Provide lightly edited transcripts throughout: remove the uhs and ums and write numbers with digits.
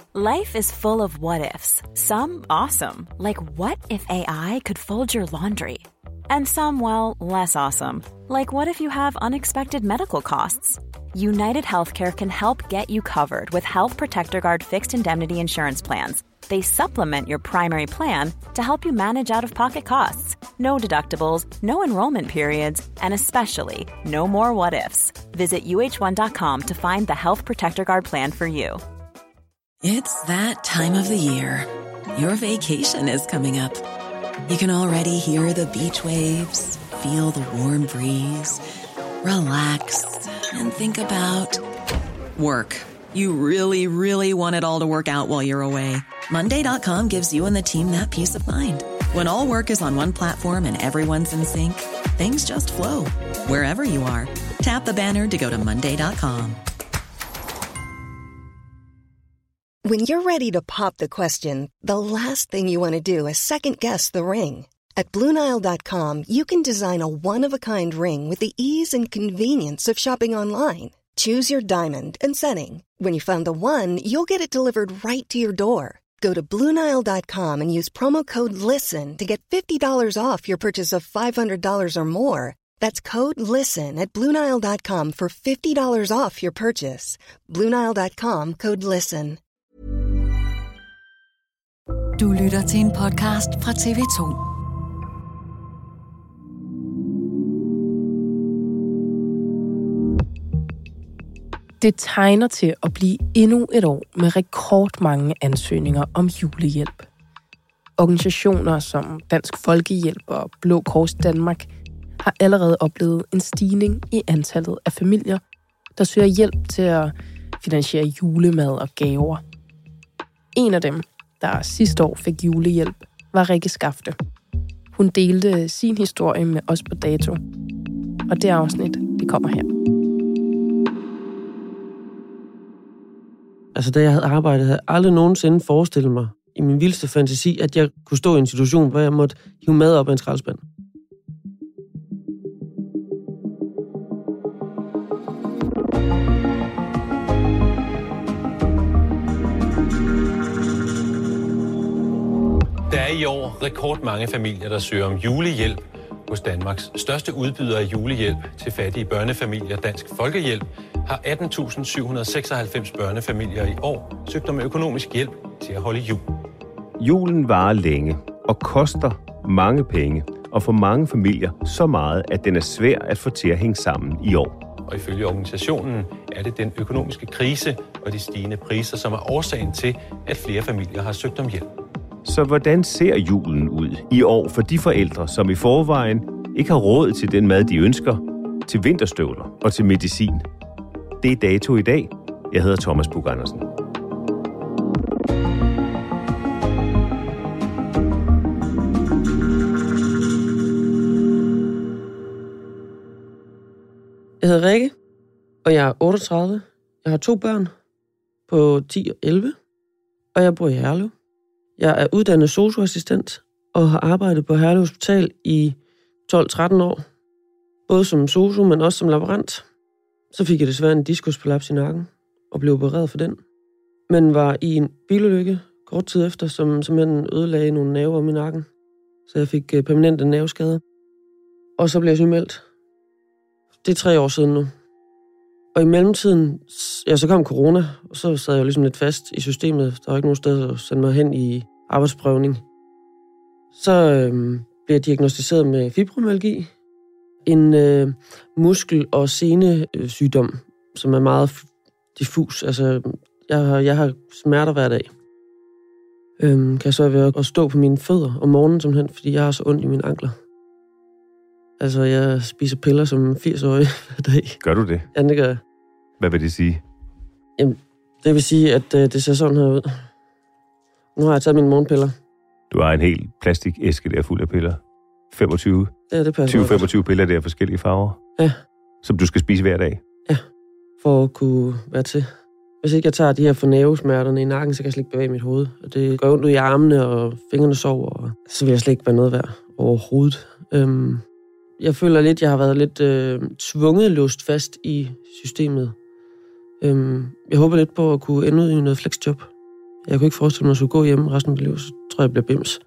Life is full of what-ifs. Some awesome, like what if AI could fold your laundry? And some, well, less awesome, like what if you have unexpected medical costs? United Healthcare can help get you covered with Health Protector Guard fixed indemnity insurance plans. They supplement your primary plan to help you manage out-of-pocket costs. No deductibles, no enrollment periods, and especially no more what-ifs. Visit uh1.com to find the Health Protector Guard plan for you. It's that time of the year. Your vacation is coming up. You can already hear the beach waves, feel the warm breeze, relax, and think about work. You really, really want it all to work out while you're away. Monday.com gives you and the team that peace of mind. When all work is on one platform and everyone's in sync, things just flow. Wherever you are, tap the banner to go to Monday.com. When you're ready to pop the question, the last thing you want to do is second-guess the ring. At BlueNile.com, you can design a one-of-a-kind ring with the ease and convenience of shopping online. Choose your diamond and setting. When you find the one, you'll get it delivered right to your door. Go to BlueNile.com and use promo code LISTEN to get $50 off your purchase of $500 or more. That's code LISTEN at BlueNile.com for $50 off your purchase. BlueNile.com, code LISTEN. Du lytter til en podcast fra TV2. Det tegner til at blive endnu et år med rekordmange ansøgninger om julehjælp. Organisationer som Dansk Folkehjælp og Blå Kors Danmark har allerede oplevet en stigning i antallet af familier, der søger hjælp til at finansiere julemad og gaver. En af dem, der sidste år fik julehjælp, var Rikke Skafte. Hun delte sin historie med os på Dato, og det afsnit, det kommer her. Altså, da jeg havde arbejdet, havde jeg aldrig nogensinde forestillet mig i min vildeste fantasi, at jeg kunne stå i en situation, hvor jeg måtte hive mad op af en skraldespand. Der er i år rekordmange familier, der søger om julehjælp hos Danmarks største udbyder af julehjælp til fattige børnefamilier, Dansk Folkehjælp, har 18.796 børnefamilier i år søgt om økonomisk hjælp til at holde jul. Julen varer længe og koster mange penge, og for mange familier så meget, at den er svær at få til at hænge sammen i år. Og ifølge organisationen er det den økonomiske krise og de stigende priser, som er årsagen til, at flere familier har søgt om hjælp. Så hvordan ser julen ud i år for de forældre, som i forvejen ikke har råd til den mad, de ønsker, til vinterstøvler og til medicin? Det er Dato i dag. Jeg hedder Thomas Buch-Andersen. Jeg hedder Rikke, og jeg er 38. Jeg har 2 børn på 10 og 11, og jeg bor i Herlev. Jeg er uddannet sosu-assistent og har arbejdet på Herlev Hospital i 12-13 år. Både som sosu, men også som laborant. Så fik jeg desværre en diskusprolaps i nakken og blev opereret for den. Men var i en bilulykke kort tid efter, som simpelthen ødelagde nogle nerver om i nakken. Så jeg fik permanente nerveskader. Og så blev jeg sygemeldt. Det er 3 år siden nu. Og i mellemtiden, ja, så kom corona, og så sad jeg jo ligesom lidt fast i systemet. Der var ikke nogen sted at sende mig hen i arbejdsprøvning. Så blev jeg diagnosticeret med fibromyalgi. En muskel- og senesygdom, som er meget diffus. Altså, jeg har smerter hver dag. Kan jeg så være at stå på mine fødder om morgenen, simpelthen, fordi jeg har så ondt i mine ankler. Altså, jeg spiser piller som 80-årig hver dag. Gør du det? Ja, det gør jeg. Hvad vil det sige? Jamen, det vil sige, at det ser sådan her ud. Nu har jeg taget mine morgenpiller. Du har en hel plastikæske der fuld af piller. 25? Ja, det passer. 20-25 piller der af forskellige farver? Ja. Som du skal spise hver dag? Ja, for at kunne være til. Hvis ikke jeg tager de her for nervesmerterne i nakken, så kan jeg slet ikke bevæge mit hoved. Og det går ondt ud i armene, og fingrene sover, og så vil jeg slet ikke være noget værd overhovedet. Jeg føler lidt, jeg har været lidt tvunget låst fast i systemet. Jeg håber lidt på at kunne ende ud i noget flexjob. Jeg kunne ikke forestille mig, at jeg skulle gå hjemme resten af mit liv, så tror jeg bliver bims.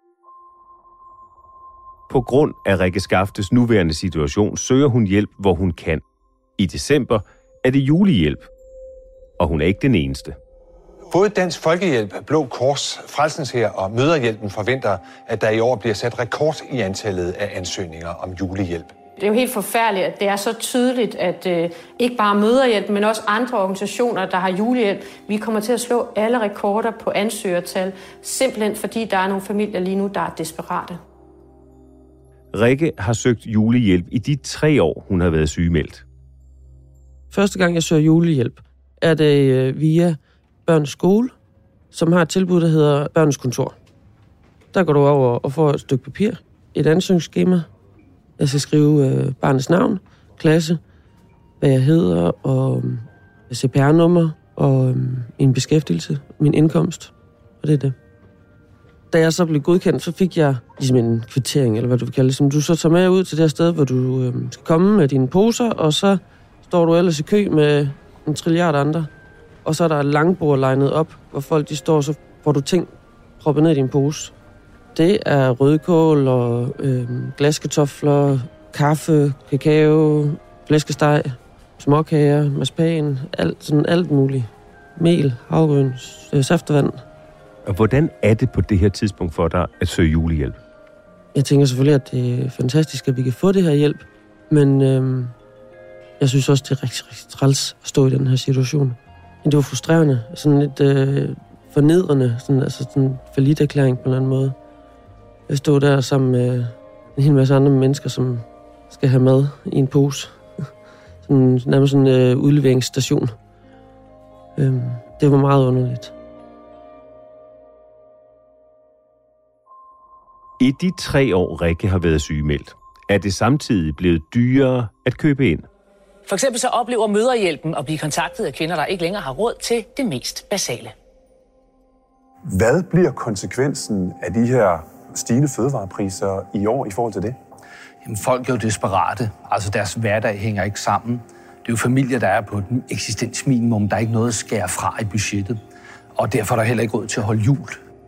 På grund af Rikke Skaftes nuværende situation søger hun hjælp, hvor hun kan. I december er det julehjælp, og hun er ikke den eneste. Både Dansk Folkehjælp, Blå Kors, Frelsens Hær og Mødrehjælpen forventer, at der i år bliver sat rekord i antallet af ansøgninger om julehjælp. Det er jo helt forfærdeligt, at det er så tydeligt, at ikke bare Mødrehjælp, men også andre organisationer, der har julehjælp, vi kommer til at slå alle rekorder på ansøgertal, simpelthen fordi der er nogle familier lige nu, der er desperate. Rikke har søgt julehjælp i de 3 år, hun har været sygemeldt. Første gang, jeg søger julehjælp, er det via Børns Skole, som har et tilbud, der hedder Børns Kontor. Der går du over og får et stykke papir, et ansøgningsskema. Jeg skal skrive barnets navn, klasse, hvad jeg hedder, og CPR-nummer, og en beskæftigelse, min indkomst, og det er det. Da jeg så blev godkendt, så fik jeg ligesom en kvittering, eller hvad du vil kalde det, som du så tager med ud til det her sted, hvor du skal komme med dine poser, og så står du ellers i kø med en trilliard andre. Og så er der et langbord legnet op, hvor folk de står, så får du ting proppet ned i din pose. Det er rødkål og glaskartofler, kaffe, kakao, flæskesteg, småkager, marcipan, alt muligt. Mel, havregryn, saftevand. Og hvordan er det på det her tidspunkt for dig at søge julehjælp? Jeg tænker selvfølgelig, at det er fantastisk, at vi kan få det her hjælp, men jeg synes også, det er rigtig, rigtig træls at stå i den her situation. Men det var frustrerende, sådan lidt fornedrende, sådan en falliterklæring på en eller anden måde. Jeg stod der sammen med en hel masse andre mennesker, som skal have mad i en pose. Nærmest sådan en udleveringsstation. Det var meget underligt. I de 3 år, Rikke har været sygemeldt, er det samtidig blevet dyrere at købe ind. For eksempel så oplever Mødrehjælpen at blive kontaktet af kvinder, der ikke længere har råd til det mest basale. Hvad bliver konsekvensen af de her stigende fødevarepriser i år i forhold til det? Jamen, folk er jo desperate. Altså, deres hverdag hænger ikke sammen. Det er jo familier, der er på et eksistensminimum. Der er ikke noget at skære fra i budgettet. Og derfor er der heller ikke råd til at holde jul.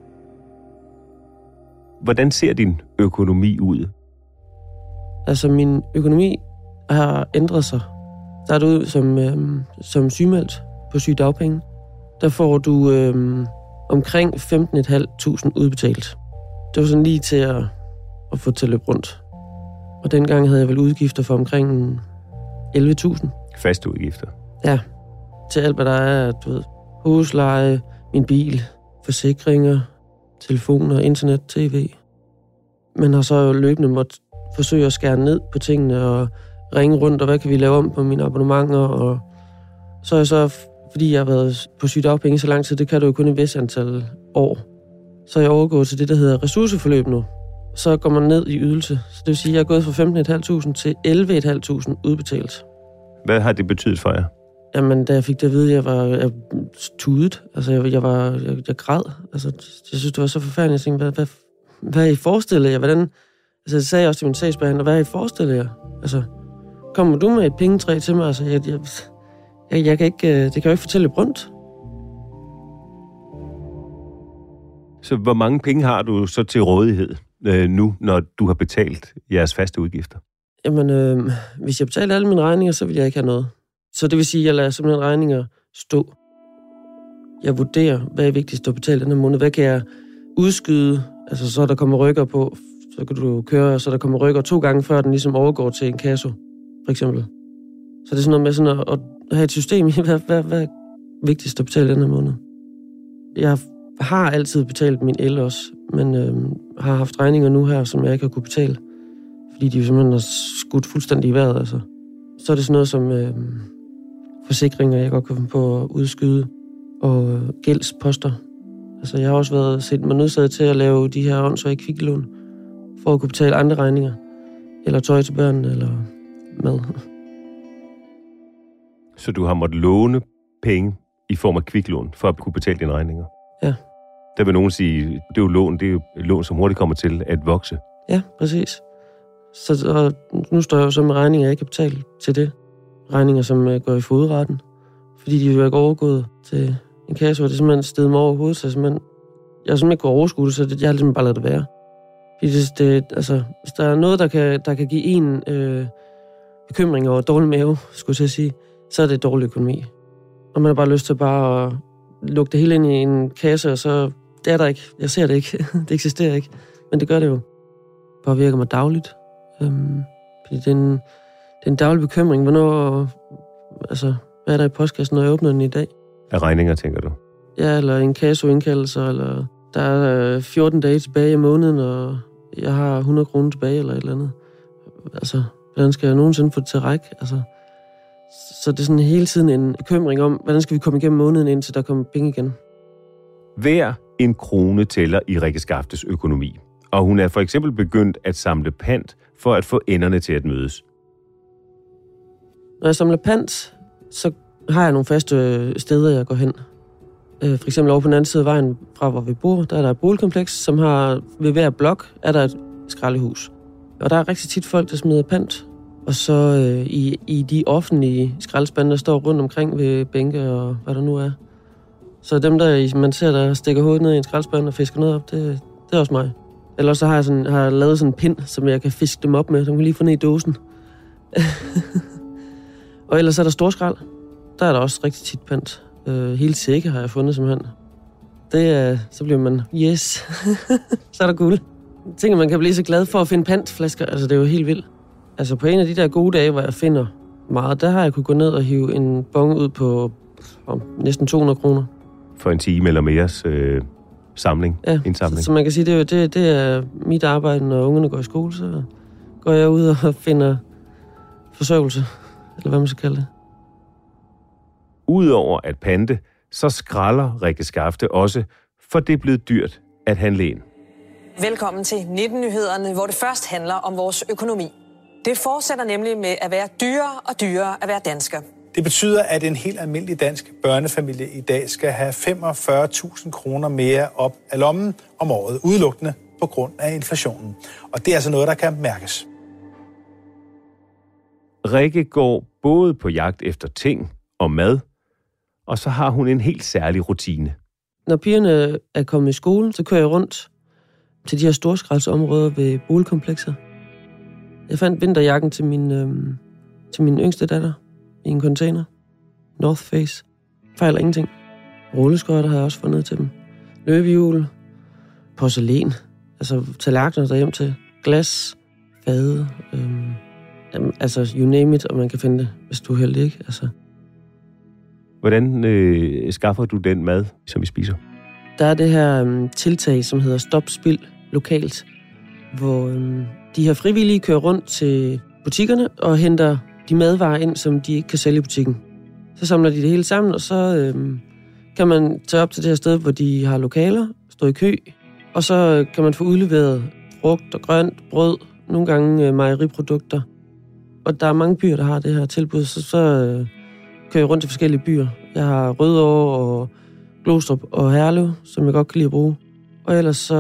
Hvordan ser din økonomi ud? Altså, min økonomi har ændret sig. Startet ud som sygemeldt på sygedagpenge. Der får du omkring 15.500 udbetalt. Det var sådan lige til at få til at løbe rundt. Og dengang havde jeg vel udgifter for omkring 11.000. Faste udgifter? Ja. Til alt, hvad der er, du ved, husleje, min bil, forsikringer, telefoner, internet, tv. Men har så jo løbende måtte forsøge at skære ned på tingene og ringe rundt, og hvad kan vi lave om på mine abonnementer. Og så er jeg så, fordi jeg har været på sygedagpenge så lang tid, det kan du jo kun i vis antal år. Så er jeg overgået til det, der hedder ressourceforløb nu. Så går man ned i ydelse. Så det vil sige, at jeg er gået fra 15.500 til 11.500 udbetalt. Hvad har det betydet for jer? Jamen, da jeg fik det at vide, jeg tudet. Altså, jeg græd. Altså, jeg synes, det var så forfærdeligt. Jeg tænkte, hvad er I forestillet jer? Hvordan? Altså, jeg sagde også til min sagsbehandler, hvad er I forestillet jer? Altså, kommer du med et pengetræ til mig? Altså, jeg kan ikke, det kan jo ikke fortælle rundt. Så hvor mange penge har du så til rådighed nu, når du har betalt jeres faste udgifter? Jamen, hvis jeg betaler alle mine regninger, så vil jeg ikke have noget. Så det vil sige, at jeg lader simpelthen regninger stå. Jeg vurderer, hvad er vigtigst at betale den her måned. Hvad kan jeg udskyde? Altså, så der kommer rykker på, så kan du køre, så der kommer rykker 2 gange, før den ligesom overgår til en kasso, for eksempel. Så det er sådan noget med sådan at have et system i, hvad er vigtigst at betale den her måned. Jeg har altid betalt min el også, men har haft regninger nu her, som jeg ikke har kunne betale, fordi de simpelthen har skudt fuldstændig i vejret. Altså. Så er det sådan noget som forsikringer, jeg godt kan finde på at udskyde, og gældsposter. Altså, jeg har også set mig nødsaget til at lave de her åndssvage kviklån, for at kunne betale andre regninger, eller tøj til børnene, eller mad. Så du har måttet låne penge i form af kviklån, for at kunne betale dine regninger? Ja. Der vil nogen sige, det er jo lån, som hurtigt kommer til at vokse. Ja, præcis. Så nu står jeg jo så med regninger, jeg ikke kan betale til det. Regninger, som går i fodretten, fordi de er jo ikke overgået til en kasse, hvor det simpelthen steg mig over hovedet, så jeg simpelthen ikke kunne overskue det, så jeg har ligesom bare ladet det være. Fordi hvis der er noget, der kan give en bekymring og dårlig mave, skulle jeg sige, så er det dårlig økonomi. Og man har bare lyst til bare at lukke det hele ind i en kasse, og så det er der ikke. Jeg ser det ikke. Det eksisterer ikke. Men det gør det jo. Det påvirker mig dagligt. Fordi det er en daglig bekymring. Hvad er der i postkassen, når jeg åbner den i dag? Af regninger, tænker du? Ja, eller en kasseindkaldelse, eller der er 14 dage tilbage i måneden, og jeg har 100 kroner tilbage, eller et eller andet. Altså, hvordan skal jeg nogensinde få det til at række? Altså, så det er sådan hele tiden en bekymring om, hvordan skal vi komme igennem måneden, indtil der kommer penge igen. Hver en krone tæller i Rikke Skaftes økonomi, og hun er for eksempel begyndt at samle pant for at få enderne til at mødes. Når jeg samler pant, så har jeg nogle faste steder, jeg går hen. For eksempel over på den anden side af vejen fra, hvor vi bor, der er der et boligkompleks, som har ved hver blok, er der et skraldehus. Og der er rigtig tit folk, der smider pant. Og så i de offentlige skraldespande, der står rundt omkring ved bænke og hvad der nu er. Så dem, man ser, der stikker hovedet ned i en skraldespand og fisker noget op, det er også mig. Ellers så har jeg lavet sådan en pind, som jeg kan fiske dem op med. De kan lige få ned i dåsen. Og ellers er der storskrald. Der er der også rigtig tit pant. Hele sække har jeg fundet simpelthen. Så bliver man, yes, så er der guld. Jeg tænker, man kan blive så glad for at finde pantflasker. Altså, det er jo helt vildt. Altså, på en af de der gode dage, hvor jeg finder meget, der har jeg kunne gå ned og hive en bong ud på næsten 200 kroner. For en time eller meres indsamling. Så man kan sige, det er mit arbejde, når ungerne går i skole, så går jeg ud og finder forsørgelse, eller hvad man skal kalde det. Udover at pante, så skralder Rikke Skafte også, for det er blevet dyrt at handle ind. Velkommen til 19-nyhederne, hvor det først handler om vores økonomi. Det fortsætter nemlig med at være dyrere og dyrere at være dansker. Det betyder, at en helt almindelig dansk børnefamilie i dag skal have 45.000 kroner mere op af lommen om året, udelukkende på grund af inflationen. Og det er altså noget, der kan mærkes. Rikke går både på jagt efter ting og mad, og så har hun en helt særlig rutine. Når pigerne er kommet i skole, så kører jeg rundt til de her storskraldsområder ved boligkomplekser. Jeg fandt vinterjakken til min yngste datter i en container. North Face. Fejler ingenting. Rulleskøjter har jeg også fundet til dem. Løbehjul. Porcelæn. Altså tallerkener derhjem til. Glas. Fade. You name it, og man kan finde det, hvis du er heldig, ikke? Altså. Hvordan skaffer du den mad, som vi spiser? Der er det her tiltag, som hedder Stop Spild lokalt, hvor de her frivillige kører rundt til butikkerne og henter de madvarer ind, som de ikke kan sælge i butikken. Så samler de det hele sammen, og så kan man tage op til det her sted, hvor de har lokaler, stå i kø, og så kan man få udleveret frugt og grønt, brød, nogle gange mejeriprodukter. Og der er mange byer, der har det her tilbud, så kører jeg rundt til forskellige byer. Jeg har Rødovre og Glostrup og Herlev, som jeg godt kan lide at bruge. Og ellers så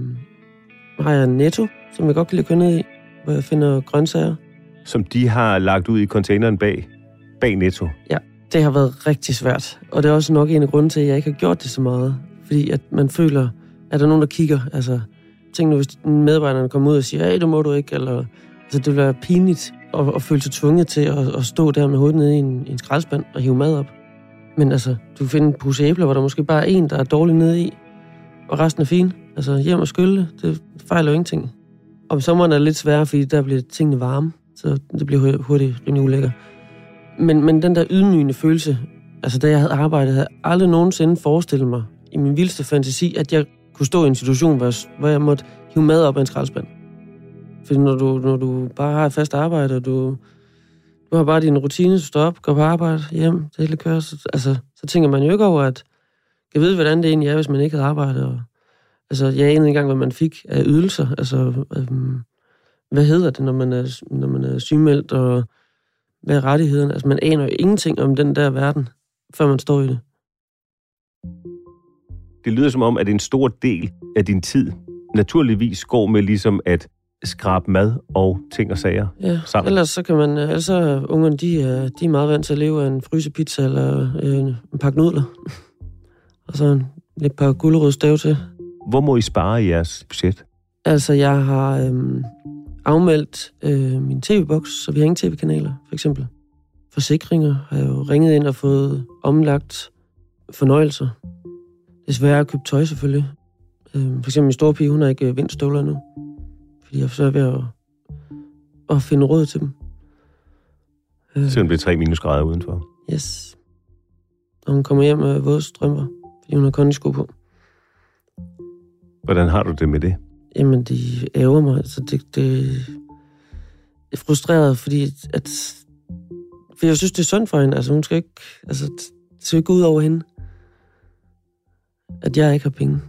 har jeg Netto, som jeg godt kan lide at køre ned i, hvor jeg finder grøntsager. Som de har lagt ud i containeren bag Netto? Ja, det har været rigtig svært. Og det er også nok en af grunden til, at jeg ikke har gjort det så meget. Fordi at man føler, at der er nogen, der kigger. Altså, tænk nu, hvis medarbejderne kommer ud og siger, hey, det må du ikke. Eller, altså, det vil være pinligt at føle sig tvunget til at stå der med hovedet nede i en skraldespand og hive mad op. Men altså, du kan finde en pose æbler, hvor der måske bare er en, der er dårlig nede i, og resten er fin. Altså, hjem og skylle, det fejler jo ingenting. Om sommeren er det lidt sværere, fordi der bliver tingene varme, så det bliver hurtigt rimelig ulækker. Men den der ydmygende følelse, altså da jeg havde arbejdet, havde jeg aldrig nogensinde forestillet mig i min vildeste fantasi, at jeg kunne stå i en situation, hvor jeg måtte hive mad op af en skraldespand. Fordi når du bare har et fast arbejde, og du har bare din rutine, du står op, går på arbejde, hjem, det hele kører, så tænker man jo ikke over, at jeg ved, hvordan det egentlig er, hvis man ikke havde arbejdet. Og, altså, jeg anede ikke engang, hvad man fik af ydelser. Altså, hvad hedder det, når man er sygemeldt, og hvad er rettighederne? Altså, man aner jo ingenting om den der verden, før man står i det. Det lyder som om, at en stor del af din tid naturligvis går med ligesom at skrabe mad og ting og sager sammen. Ellers så kan man, ungerne, de er meget vant til at leve af en frysepizza eller en pakke nudler. Og så et par gulerødstave til. Hvor må I spare i jeres budget? Altså, jeg har afmeldt min tv-boks, så vi har ingen tv-kanaler, for eksempel. Forsikringer har jeg jo ringet ind og fået omlagt fornøjelser. Det er svært at købe tøj, selvfølgelig. For eksempel min store pige, hun har ikke vindstøvler nu. Fordi jeg forsøger ved at finde råd til dem. Så det bliver 3 minusgrader udenfor. Yes. Og hun kommer hjem med våde strømper, fordi hun har kondisko på. Hvordan har du det med det? Jamen, de ærger mig. Altså, det er frustreret, fordi for jeg synes, det er synd for hende. Altså, hun skal ikke... Altså, det skal ikke gå ud over hende. At jeg ikke har penge.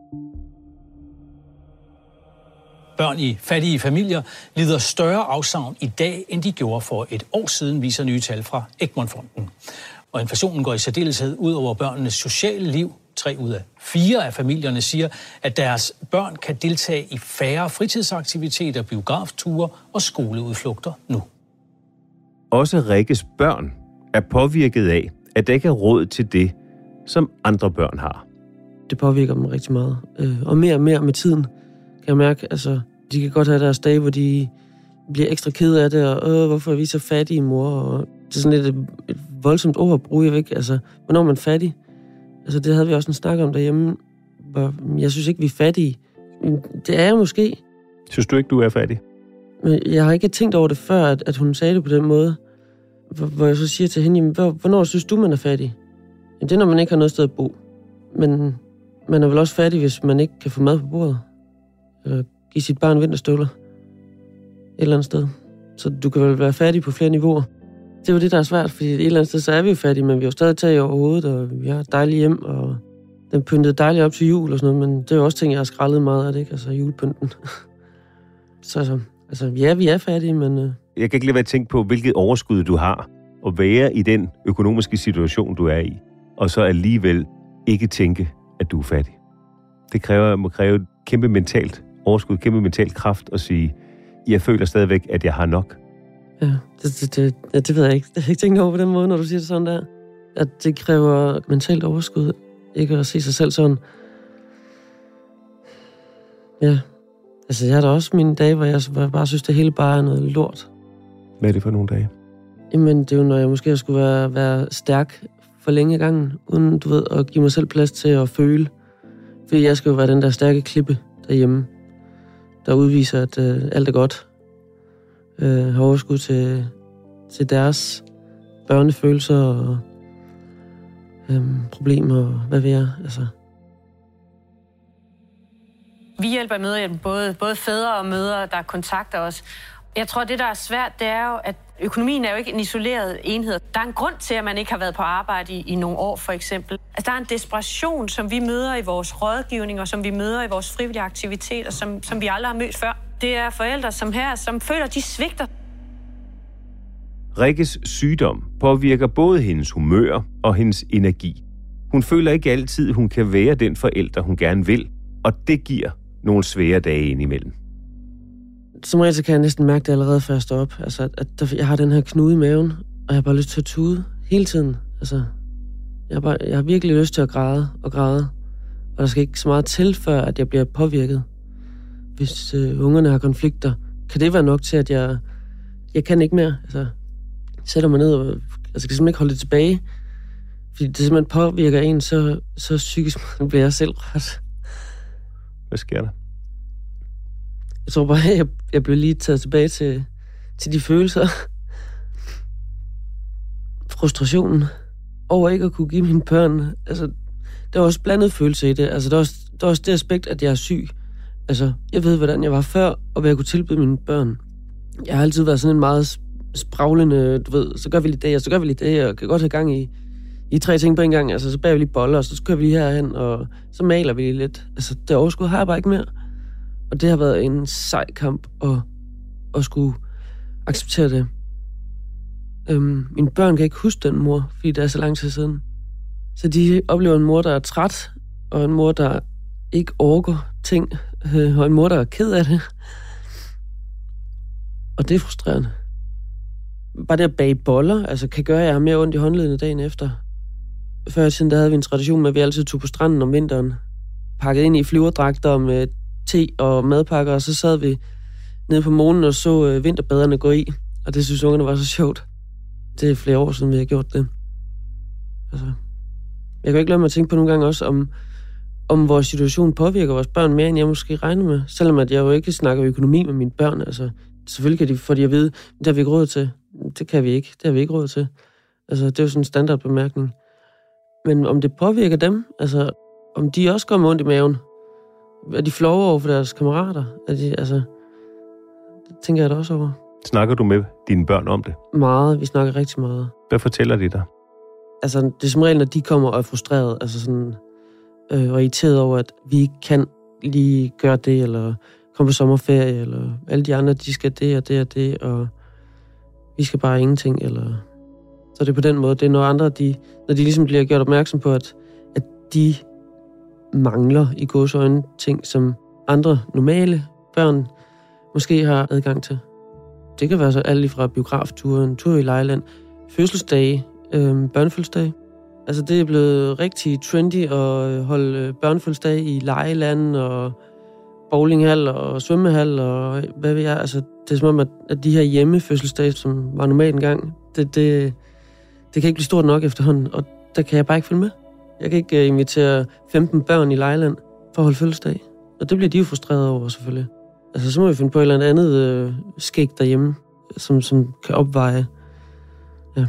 Børn i fattige familier lider større afsavn i dag, end de gjorde for et år siden, viser nye tal fra Egmont-fonden. Og inflationen går i særdeleshed ud over børnenes sociale liv. 3 ud af 4 af familierne siger, at deres børn kan deltage i færre fritidsaktiviteter, biografture og skoleudflugter nu. Også Rikkes børn er påvirket af, at der ikke er råd til det, som andre børn har. Det påvirker dem rigtig meget. Og mere med tiden, kan jeg mærke. Altså, de kan godt have deres dage, hvor de bliver ekstra kede af det, og hvorfor er vi så fattige, mor? Og det er sådan lidt et voldsomt ord at bruge, jeg ved ikke. Altså, hvornår er man fattig? Altså, det havde vi også en snak om derhjemme. Jeg synes ikke, vi er fattige. Det er jeg måske. Synes du ikke, du er fattig? Men jeg har ikke tænkt over det før, at hun sagde det på den måde. Hvor jeg så siger til hende, jamen, hvornår synes du, man er fattig? Jamen, det er, når man ikke har noget sted at bo. Men man er vel også fattig, hvis man ikke kan få mad på bordet. Eller give sit barn vinterstøvler. Et eller andet sted. Så du kan vel være fattig på flere niveauer. Det er jo det, der er svært, fordi et eller andet sted, så er vi jo fattige, men vi har jo stadig tag over hovedet, og vi har et dejligt hjem, og den pyntede dejligt op til jul og sådan noget, men det er jo også ting, jeg har skrællet meget af det, ikke? Altså julepynten. Så altså, ja, vi er fattige, men... Jeg kan ikke lade være at tænke på, hvilket overskud du har at være i den økonomiske situation, du er i, og så alligevel ikke tænke, at du er fattig. Det må kræve et kæmpe mentalt overskud, kæmpe mentalt kraft at sige, jeg føler stadigvæk, at jeg har nok. Ja, det ved jeg ikke. Jeg har ikke tænkt over på den måde, når du siger det sådan der. At det kræver mentalt overskud, ikke at se sig selv sådan. Ja, altså jeg har da også mine dage, hvor jeg bare synes, det hele bare er noget lort. Hvad er det for nogle dage? Jamen, det er jo, når jeg måske skulle være stærk for længe gangen, uden, du ved, at give mig selv plads til at føle. Fordi jeg skal jo være den der stærke klippe derhjemme, der udviser, at alt er godt. Har overskud til deres børnefølelser og problemer og hvad ved jeg. Altså. Vi hjælper i Mødrehjælpen både fædre og mødre, der kontakter os. Jeg tror, det der er svært, det er jo, at økonomien er jo ikke en isoleret enhed. Der er en grund til, at man ikke har været på arbejde i nogle år, for eksempel. Altså, der er en desperation, som vi møder i vores rådgivning, og som vi møder i vores frivillige aktiviteter, som vi aldrig har mødt før. Det er forældre som føler, de svigter. Rikkes sygdom påvirker både hendes humør og hendes energi. Hun føler ikke altid, hun kan være den forælder, hun gerne vil, og det giver nogle svære dage indimellem. Som regel så kan jeg næsten mærke det allerede før jeg står op. Altså, at jeg har den her knude i maven, og jeg har bare lyst til at tude hele tiden. Altså, jeg har virkelig lyst til at græde. Og der skal ikke så meget til, før at jeg bliver påvirket. Hvis ungerne har konflikter, kan det være nok til, at jeg kan ikke mere. Altså, sætter mig ned og kan simpelthen ikke holde det tilbage. Fordi det simpelthen påvirker en så psykisk, bliver jeg selv ret. Hvad sker der? Jeg tror bare, at jeg blev lige taget tilbage til de følelser. Frustrationen over ikke at kunne give mine børn. Altså, der var også blandet følelse i det. Altså, der var også det aspekt, at jeg er syg. Altså, jeg ved, hvordan jeg var før, og hvad jeg kunne tilbyde mine børn. Jeg har altid været sådan en meget spraglende, du ved, så gør vi lige det, og så gør vi lige det, og kan godt have gang i 3 ting på en gang. Altså, så bager vi lige boller, og så kører vi lige herhen, og så maler vi lige lidt. Altså, det overskud har jeg bare ikke mere. Og det har været en sej kamp at skulle acceptere det. Mine børn kan ikke huske den mor, fordi det er så lang tid siden. Så de oplever en mor, der er træt, og en mor, der ikke orker ting, og en mor, der er ked af det. Og det er frustrerende. Bare det at bage boller, altså kan gøre, at jeg har mere ondt i håndledene dagen efter. Før i tiden, der havde vi en tradition med, at vi altid tog på stranden om vinteren. Pakket ind i flyverdragter med te og madpakker, og så sad vi nede på månen og så vinterbaderne gå i. Og det synes ungerne var så sjovt. Det er flere år siden, vi har gjort det. Altså, jeg kan ikke lade mig at tænke på nogle gange også, om vores situation påvirker vores børn mere, end jeg måske regner med. Selvom at jeg jo ikke snakker økonomi med mine børn. Altså, selvfølgelig kan de få det at vide, det har vi ikke råd til. Det kan vi ikke. Det har vi ikke råd til. Altså, det er jo sådan en standardbemærkning. Men om det påvirker dem, altså, om de også går med ondt i maven, er de flove over for deres kammerater? Det tænker jeg da også over. Snakker du med dine børn om det? Meget. Vi snakker rigtig meget. Hvad fortæller de dig? Altså, det er som regel, når de kommer og er frustreret, altså sådan, og irriteret over, at vi ikke kan lige gøre det, eller komme på sommerferie, eller alle de andre, de skal det og det og det, og vi skal bare ingenting, eller... Så det er på den måde, det er når andre, når de ligesom bliver gjort opmærksom på, at de mangler i gåseøjne ting, som andre normale børn måske har adgang til. Det kan være så alt fra biografture, en tur i Lejeland, fødselsdage, børnefødselsdage. Altså det er blevet rigtig trendy at holde børnefødselsdage i Lejeland og bowlinghal og svømmehal og hvad ved jeg. Altså det er som om, at de her hjemmefødselsdage, som var normalt engang, det kan ikke blive stort nok efterhånden, og der kan jeg bare ikke følge med. Jeg kan ikke invitere 15 børn i Lejeland for at holde fødselsdag. Og det bliver de jo frustreret over, selvfølgelig. Altså, så må vi finde på et eller andet skæg derhjemme, som kan opveje. Ja.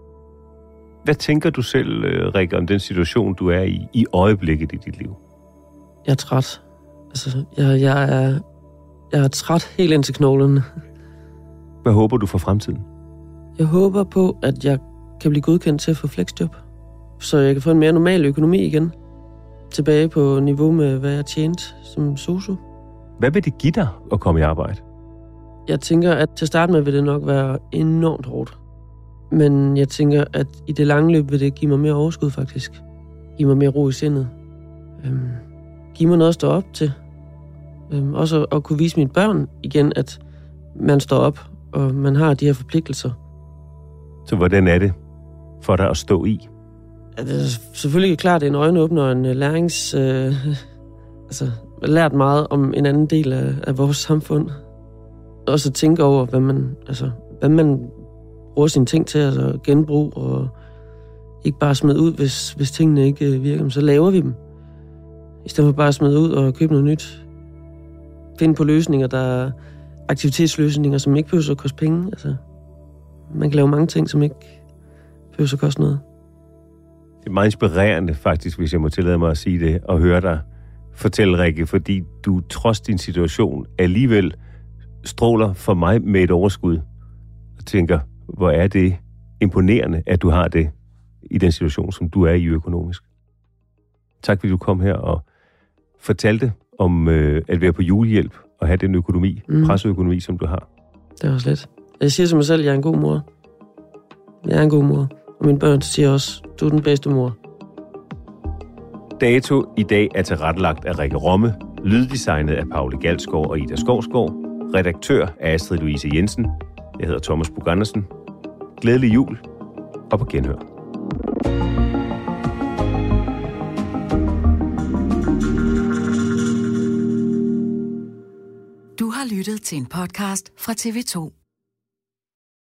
Hvad tænker du selv, Rikke, om den situation, du er i øjeblikket i dit liv? Jeg er træt. Altså, jeg er træt helt ind til knoglerne. Hvad håber du for fremtiden? Jeg håber på, at jeg kan blive godkendt til at få flexjob, så jeg kan få en mere normal økonomi igen. Tilbage på niveau med, hvad jeg tjente som sosu. Hvad vil det give dig at komme i arbejde? Jeg tænker, at til at starte med vil det nok være enormt hårdt. Men jeg tænker, at i det lange løb vil det give mig mere overskud faktisk. Give mig mere ro i sindet. Give mig noget at stå op til. Også at kunne vise mine børn igen, at man står op, og man har de her forpligtelser. Så hvordan er det for dig at stå i? Det er selvfølgelig klart, det er en øjenåbner og en lærings... jeg har lært meget om en anden del af vores samfund. Også at tænke over, hvad man bruger sine ting til, altså genbrug, og ikke bare smide ud, hvis tingene ikke virker. Så laver vi dem. I stedet for bare at smide ud og købe noget nyt. Finde på løsninger, der er aktivitetsløsninger, som ikke behøver at koste penge. Altså, man kan lave mange ting, som ikke behøver at koste noget. Det er meget inspirerende faktisk, hvis jeg må tillade mig at sige det, og høre dig fortælle, Rikke, fordi du trods din situation alligevel stråler for mig med et overskud og tænker, hvor er det imponerende, at du har det i den situation, som du er i økonomisk. Tak fordi du kom her og fortalte om at være på julehjælp og have den økonomi, presseøkonomi, som du har. Det er også lidt. Jeg siger til mig selv, at jeg er en god mor. Jeg er en god mor. Og mine børn siger også, du er den bedste mor. Dato i dag er tilrettelagt af Rikke Romme, lyddesignet af Paule Galsgaard og Ida Skovsgaard, redaktør af Astrid Louise Jensen. Jeg hedder Thomas Bug Andersen. Glædelig jul og på genhør. Du har lyttet til en podcast fra TV2.